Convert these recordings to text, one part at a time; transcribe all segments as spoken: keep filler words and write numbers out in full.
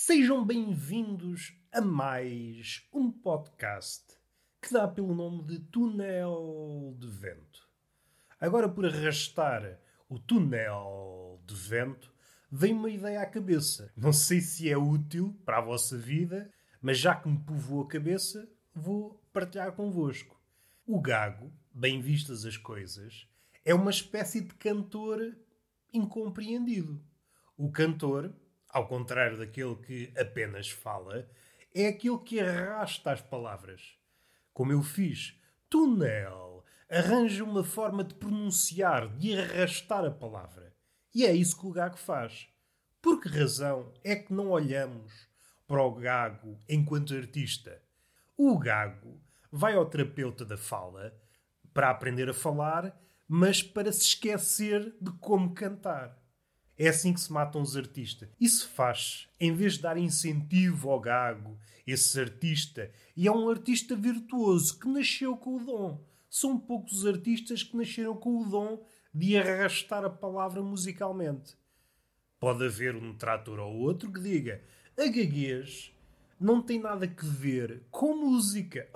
Sejam bem-vindos a mais um podcast que dá pelo nome de Túnel de Vento. Agora, por arrastar o túnel de vento, vem uma ideia à cabeça. Não sei se é útil para a vossa vida, mas já que me povoou a cabeça, vou partilhar convosco. O gago, bem vistas as coisas, é uma espécie de cantor incompreendido. O cantor, ao contrário daquele que apenas fala, é aquele que arrasta as palavras. Como eu fiz, túnel arranja uma forma de pronunciar, de arrastar a palavra. E é isso que o gago faz. Por que razão é que não olhamos para o gago enquanto artista? O gago vai ao terapeuta da fala para aprender a falar, mas para se esquecer de como cantar. É assim que se matam os artistas. Isso faz, em vez de dar incentivo ao gago, esse artista, e é um artista virtuoso que nasceu com o dom. São poucos os artistas que nasceram com o dom de arrastar a palavra musicalmente. Pode haver um detrator ou outro que diga: a gaguez não tem nada a ver com música.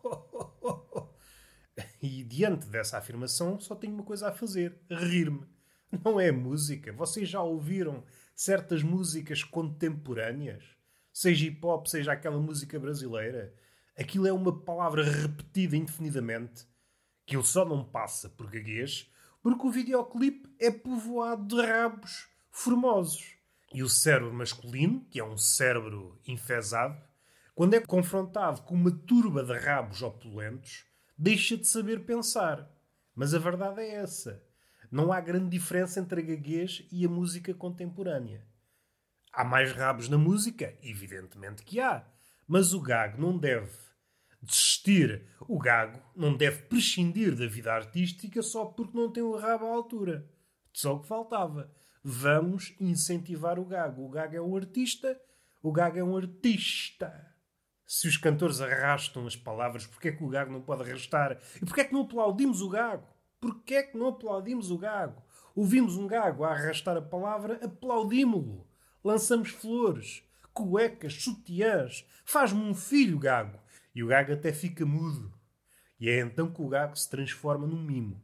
E diante dessa afirmação só tenho uma coisa a fazer: rir-me. Não é música. Vocês já ouviram certas músicas contemporâneas? Seja hip-hop, seja aquela música brasileira. Aquilo é uma palavra repetida indefinidamente. Aquilo só não passa por gaguez porque o videoclipe é povoado de rabos formosos. E o cérebro masculino, que é um cérebro enfesado, quando é confrontado com uma turba de rabos opulentos, deixa de saber pensar. Mas a verdade é essa. Não há grande diferença entre a gaguez e a música contemporânea. Há mais rabos na música? Evidentemente que há. Mas o gago não deve desistir. O gago não deve prescindir da vida artística só porque não tem o rabo à altura. Só o que faltava. Vamos incentivar o gago. O gago é um artista. O gago é um artista. Se os cantores arrastam as palavras, porquê é que o gago não pode arrastar? E porquê é que não aplaudimos o gago? Porquê é que não aplaudimos o gago? Ouvimos um gago a arrastar a palavra, aplaudimos-lo. Lançamos flores, cuecas, sutiãs. Faz-me um filho, gago. E o gago até fica mudo. E é então que o gago se transforma num mimo.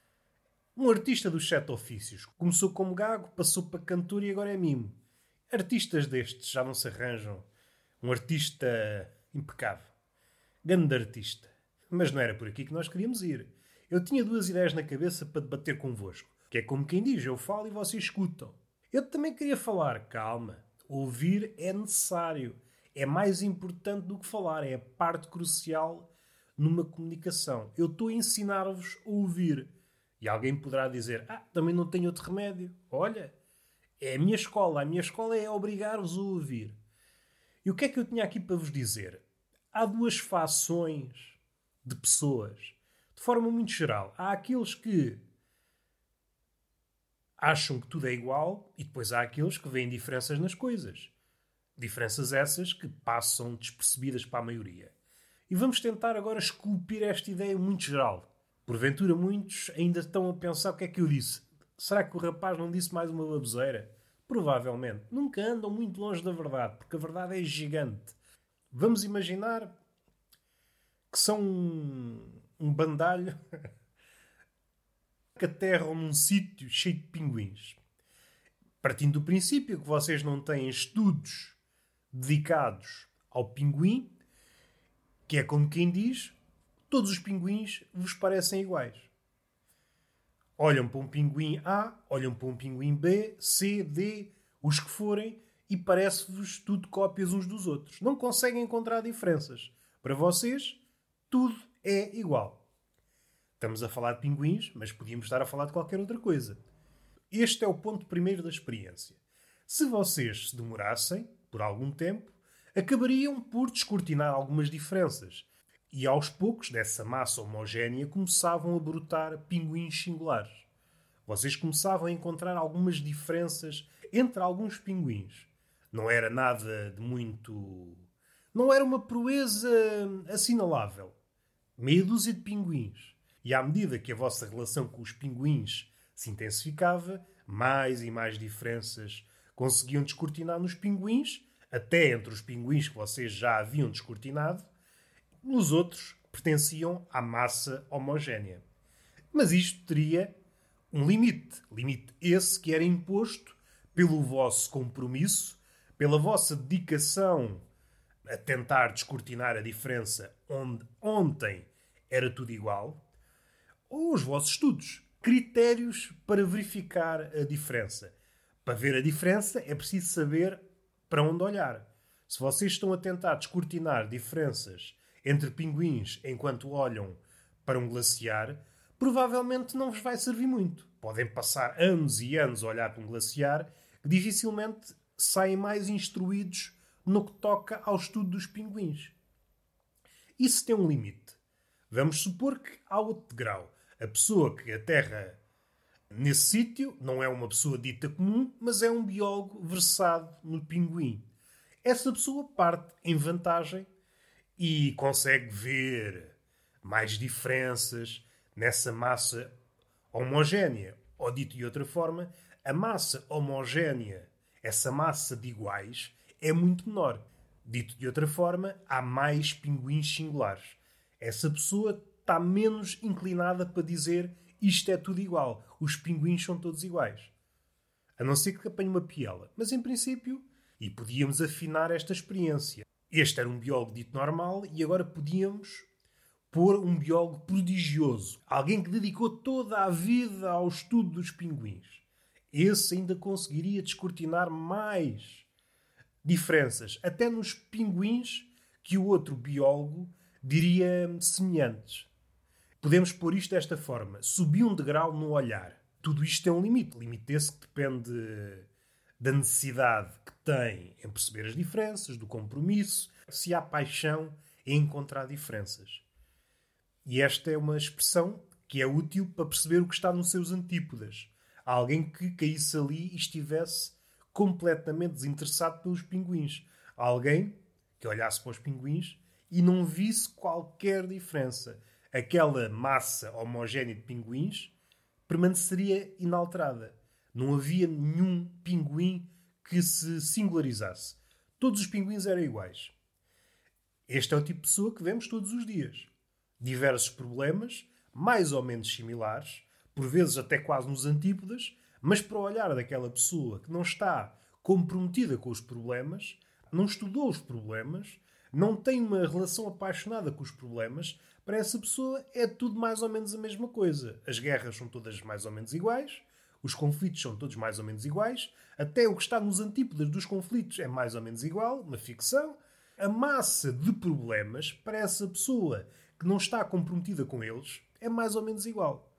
Um artista dos sete ofícios. Começou como gago, passou para cantor e agora é mimo. Artistas destes já não se arranjam. Um artista impecável. Grande artista. Mas não era por aqui que nós queríamos ir. Eu tinha duas ideias na cabeça para debater convosco. Que é como quem diz, eu falo e vocês escutam. Eu também queria falar, calma. Ouvir é necessário. É mais importante do que falar. É a parte crucial numa comunicação. Eu estou a ensinar-vos a ouvir. E alguém poderá dizer, ah, também não tenho outro remédio. Olha, é a minha escola. A minha escola é obrigar-vos a ouvir. E o que é que eu tinha aqui para vos dizer? Há duas fações de pessoas. De forma muito geral. Há aqueles que acham que tudo é igual e depois há aqueles que veem diferenças nas coisas. Diferenças essas que passam despercebidas para a maioria. E vamos tentar agora esculpir esta ideia muito geral. Porventura muitos ainda estão a pensar o que é que eu disse. Será que o rapaz não disse mais uma baboseira? Provavelmente. Nunca andam muito longe da verdade, porque a verdade é gigante. Vamos imaginar que são um, um bandalho que aterram num sítio cheio de pinguins. Partindo do princípio que vocês não têm estudos dedicados ao pinguim, que é como quem diz, todos os pinguins vos parecem iguais. Olham para um pinguim A, olham para um pinguim B, C, D, os que forem, e parece-vos tudo cópias uns dos outros. Não conseguem encontrar diferenças. Para vocês, tudo é igual. Estamos a falar de pinguins, mas podíamos estar a falar de qualquer outra coisa. Este é o ponto primeiro da experiência. Se vocês se demorassem, por algum tempo, acabariam por descortinar algumas diferenças. E aos poucos, dessa massa homogénea, começavam a brotar pinguins singulares. Vocês começavam a encontrar algumas diferenças entre alguns pinguins. Não era nada de muito... Não era uma proeza assinalável. Meia dúzia de pinguins. E à medida que a vossa relação com os pinguins se intensificava, mais e mais diferenças conseguiam descortinar nos pinguins, até entre os pinguins que vocês já haviam descortinado, nos outros pertenciam à massa homogénea. Mas isto teria um limite. Limite esse que era imposto pelo vosso compromisso, pela vossa dedicação a tentar descortinar a diferença onde ontem era tudo igual, ou os vossos estudos. Critérios para verificar a diferença. Para ver a diferença é preciso saber para onde olhar. Se vocês estão a tentar descortinar diferenças entre pinguins enquanto olham para um glaciar, provavelmente não vos vai servir muito. Podem passar anos e anos a olhar para um glaciar que dificilmente saem mais instruídos no que toca ao estudo dos pinguins. Isso tem um limite. Vamos supor que há outro grau. A pessoa que aterra nesse sítio não é uma pessoa dita comum, mas é um biólogo versado no pinguim. Essa pessoa parte em vantagem e consegue ver mais diferenças nessa massa homogénea. Ou dito de outra forma, a massa homogénea, essa massa de iguais, é muito menor. Dito de outra forma, há mais pinguins singulares. Essa pessoa está menos inclinada para dizer isto é tudo igual. Os pinguins são todos iguais. A não ser que apanhe uma piela. Mas, em princípio, e podíamos afinar esta experiência. Este era um biólogo dito normal e agora podíamos pôr um biólogo prodigioso. Alguém que dedicou toda a vida ao estudo dos pinguins. Esse ainda conseguiria descortinar mais diferenças, até nos pinguins que o outro biólogo diria semelhantes. Podemos pôr isto desta forma. Subir um degrau no olhar. Tudo isto tem um limite. Limite esse que depende da necessidade que tem em perceber as diferenças, do compromisso, se há paixão em encontrar diferenças. E esta é uma expressão que é útil para perceber o que está nos seus antípodas. Há alguém que caísse ali e estivesse completamente desinteressado pelos pinguins. Há alguém que olhasse para os pinguins e não visse qualquer diferença. Aquela massa homogénea de pinguins permaneceria inalterada. Não havia nenhum pinguim que se singularizasse. Todos os pinguins eram iguais. Este é o tipo de pessoa que vemos todos os dias. Diversos problemas, mais ou menos similares, por vezes até quase nos antípodas, mas para o olhar daquela pessoa que não está comprometida com os problemas, não estudou os problemas, não tem uma relação apaixonada com os problemas, para essa pessoa é tudo mais ou menos a mesma coisa. As guerras são todas mais ou menos iguais, os conflitos são todos mais ou menos iguais, até o que está nos antípodas dos conflitos é mais ou menos igual, na ficção. A massa de problemas, para essa pessoa que não está comprometida com eles, é mais ou menos igual.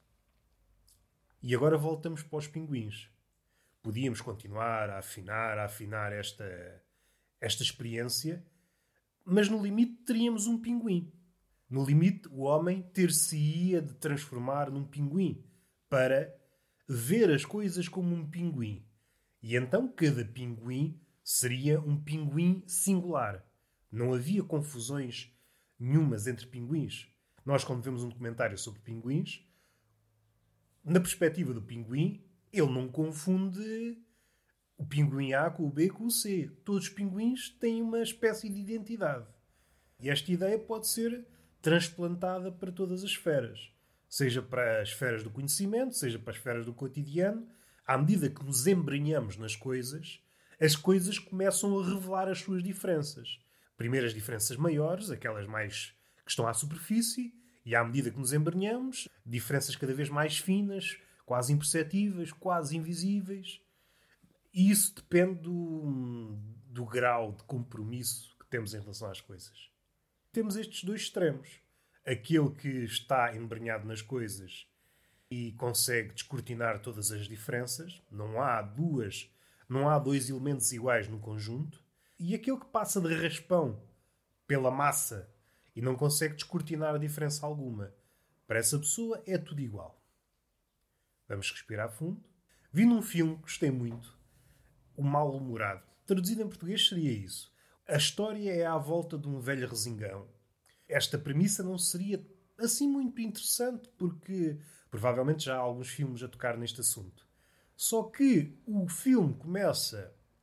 E agora voltamos para os pinguins. Podíamos continuar a afinar, a afinar esta, esta experiência, mas no limite teríamos um pinguim. No limite, o homem ter-se-ia de transformar num pinguim para ver as coisas como um pinguim. E então cada pinguim seria um pinguim singular. Não havia confusões nenhumas entre pinguins. Nós, quando vemos um documentário sobre pinguins, na perspectiva do pinguim, ele não confunde o pinguim A com o B com o C. Todos os pinguins têm uma espécie de identidade. E esta ideia pode ser transplantada para todas as esferas. Seja para as esferas do conhecimento, seja para as esferas do cotidiano. À medida que nos embrenhamos nas coisas, as coisas começam a revelar as suas diferenças. Primeiro as diferenças maiores, aquelas mais que estão à superfície, e à medida que nos embrenhamos, diferenças cada vez mais finas, quase imperceptíveis, quase invisíveis. E isso depende do, do grau de compromisso que temos em relação às coisas. Temos estes dois extremos. Aquele que está embrenhado nas coisas e consegue descortinar todas as diferenças. Não há duas, não há dois elementos iguais no conjunto. E aquele que passa de raspão pela massa e não consegue descortinar a diferença alguma. Para essa pessoa é tudo igual. Vamos respirar fundo. Vi num filme que gostei muito, O Mal-Humorado. Traduzido em português seria isso. A história é à volta de um velho resingão. Esta premissa não seria assim muito interessante porque provavelmente já há alguns filmes a tocar neste assunto. Só que o filme começa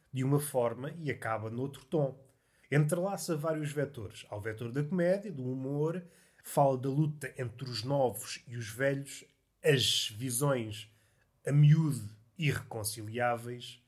de uma forma e acaba noutro tom. Entrelaça vários vetores. Há o vetor da comédia, do humor, fala da luta entre os novos e os velhos, as visões a miúdo irreconciliáveis,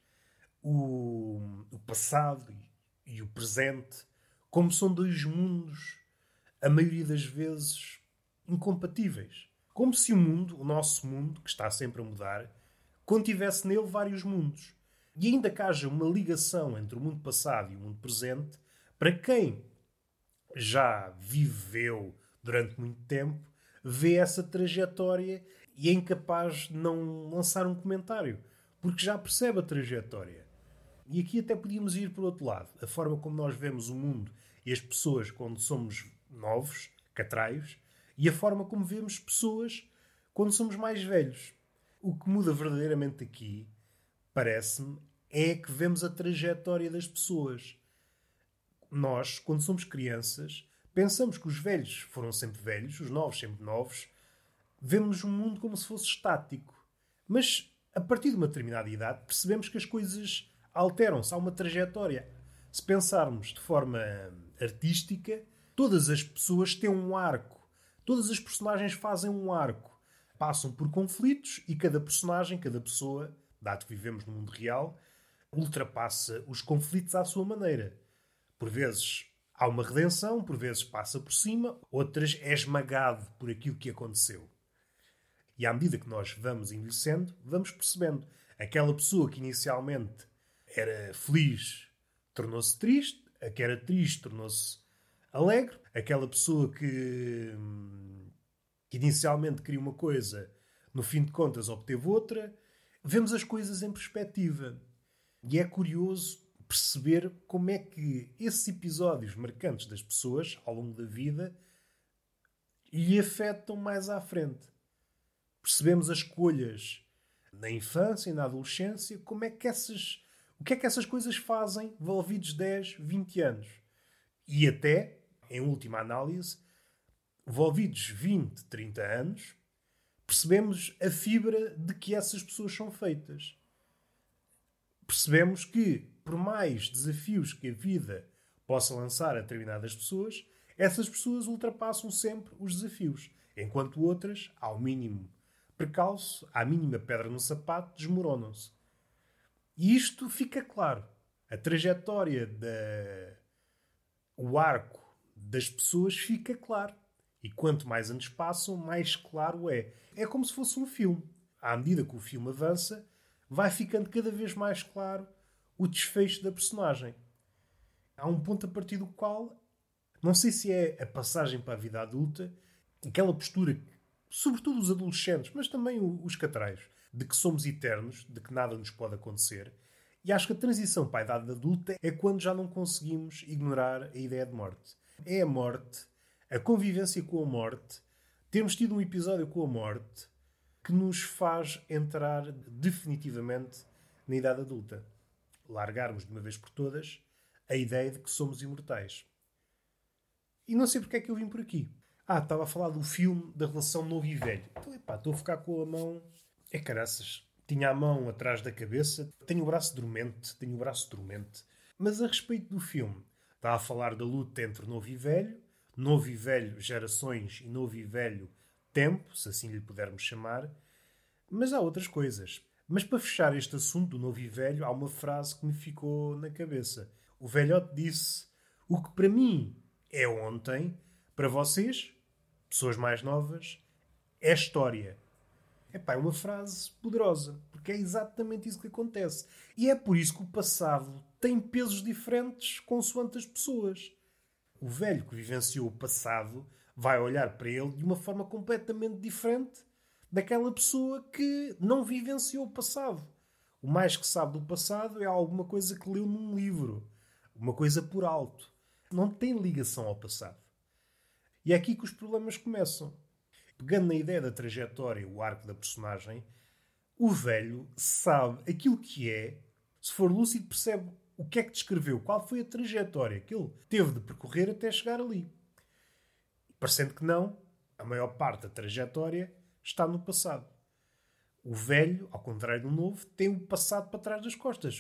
o, o passado e, e o presente, como são dois mundos, a maioria das vezes, incompatíveis. Como se o mundo, o nosso mundo, que está sempre a mudar, contivesse nele vários mundos. E ainda que haja uma ligação entre o mundo passado e o mundo presente, para quem já viveu durante muito tempo, vê essa trajetória e é incapaz de não lançar um comentário, porque já percebe a trajetória. E aqui até podíamos ir para o outro lado. A forma como nós vemos o mundo e as pessoas quando somos novos, catraios, e a forma como vemos pessoas quando somos mais velhos. O que muda verdadeiramente aqui, parece-me, é que vemos a trajetória das pessoas. Nós, quando somos crianças, pensamos que os velhos foram sempre velhos, os novos sempre novos. Vemos o mundo como se fosse estático. Mas, a partir de uma determinada idade, percebemos que as coisas alteram-se. Há uma trajetória. Se pensarmos de forma artística, todas as pessoas têm um arco. Todas as personagens fazem um arco. Passam por conflitos e cada personagem, cada pessoa, dado que vivemos no mundo real, ultrapassa os conflitos à sua maneira. Por vezes há uma redenção, por vezes passa por cima, outras é esmagado por aquilo que aconteceu. E à medida que nós vamos envelhecendo, vamos percebendo. Aquela pessoa que inicialmente era feliz tornou-se triste, a que era triste tornou-se alegre, aquela pessoa que, que inicialmente queria uma coisa, no fim de contas obteve outra. Vemos as coisas em perspectiva. E é curioso perceber como é que esses episódios marcantes das pessoas, ao longo da vida, lhe afetam mais à frente. Percebemos as escolhas na infância e na adolescência, como é que essas, o que é que essas coisas fazem envolvidos dez, vinte anos. E até, em última análise, envolvidos vinte, trinta anos, percebemos a fibra de que essas pessoas são feitas. Percebemos que, por mais desafios que a vida possa lançar a determinadas pessoas, essas pessoas ultrapassam sempre os desafios, enquanto outras, ao mínimo precalço, à mínima pedra no sapato, desmoronam-se. E isto fica claro. A trajetória, da... o arco das pessoas fica claro. E quanto mais anos passam, mais claro é. É como se fosse um filme. À medida que o filme avança, vai ficando cada vez mais claro o desfecho da personagem. Há um ponto a partir do qual, não sei se é a passagem para a vida adulta, aquela postura, sobretudo os adolescentes, mas também os catraios, de que somos eternos, de que nada nos pode acontecer. E acho que a transição para a idade adulta é quando já não conseguimos ignorar a ideia de morte. É a morte, a convivência com a morte, termos tido um episódio com a morte, que nos faz entrar definitivamente na idade adulta. Largarmos de uma vez por todas a ideia de que somos imortais. E não sei porque é que eu vim por aqui. Ah, estava a falar do filme da relação novo e velho. Então, epá, estou a ficar com a mão... É caraças. Tinha a mão atrás da cabeça. Tenho o braço dormente. Tenho o braço dormente. Mas a respeito do filme, está a falar da luta entre novo e velho. Novo e velho gerações e novo e velho tempo, se assim lhe pudermos chamar. Mas há outras coisas. Mas para fechar este assunto do novo e velho, há uma frase que me ficou na cabeça. O velhote disse: o que para mim é ontem, para vocês, pessoas mais novas, é história. Epá, é uma frase poderosa, porque é exatamente isso que acontece. E é por isso que o passado tem pesos diferentes consoante as pessoas. O velho que vivenciou o passado vai olhar para ele de uma forma completamente diferente daquela pessoa que não vivenciou o passado. O mais que sabe do passado é alguma coisa que leu num livro. Uma coisa por alto. Não tem ligação ao passado. E é aqui que os problemas começam. Pegando na ideia da trajetória, o arco da personagem, o velho sabe aquilo que é, se for lúcido, percebe o que é que descreveu, qual foi a trajetória que ele teve de percorrer até chegar ali. Parecendo que não, a maior parte da trajetória está no passado. O velho, ao contrário do novo, tem o passado para trás das costas.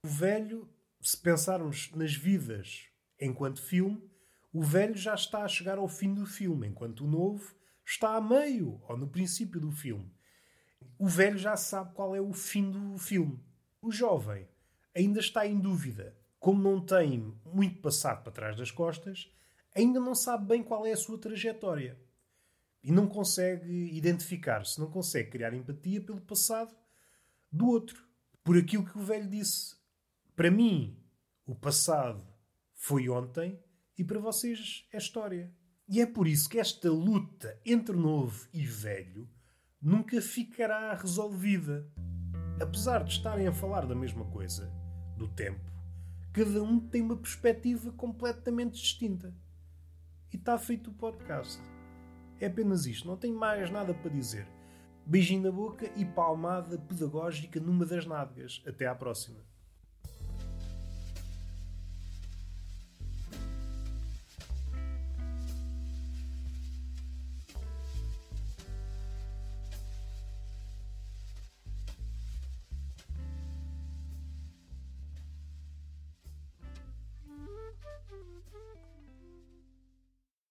O velho, se pensarmos nas vidas enquanto filme, o velho já está a chegar ao fim do filme, enquanto o novo está a meio ou no princípio do filme. O velho já sabe qual é o fim do filme. O jovem ainda está em dúvida. Como não tem muito passado para trás das costas, ainda não sabe bem qual é a sua trajetória. E não consegue identificar-se, não consegue criar empatia pelo passado do outro. Por aquilo que o velho disse. Para mim, o passado foi ontem e para vocês é história. E é por isso que esta luta entre novo e velho nunca ficará resolvida. Apesar de estarem a falar da mesma coisa, do tempo, cada um tem uma perspectiva completamente distinta. E está feito o podcast. É apenas isto, não tenho mais nada para dizer. Beijinho na boca e palmada pedagógica numa das nádegas. Até à próxima.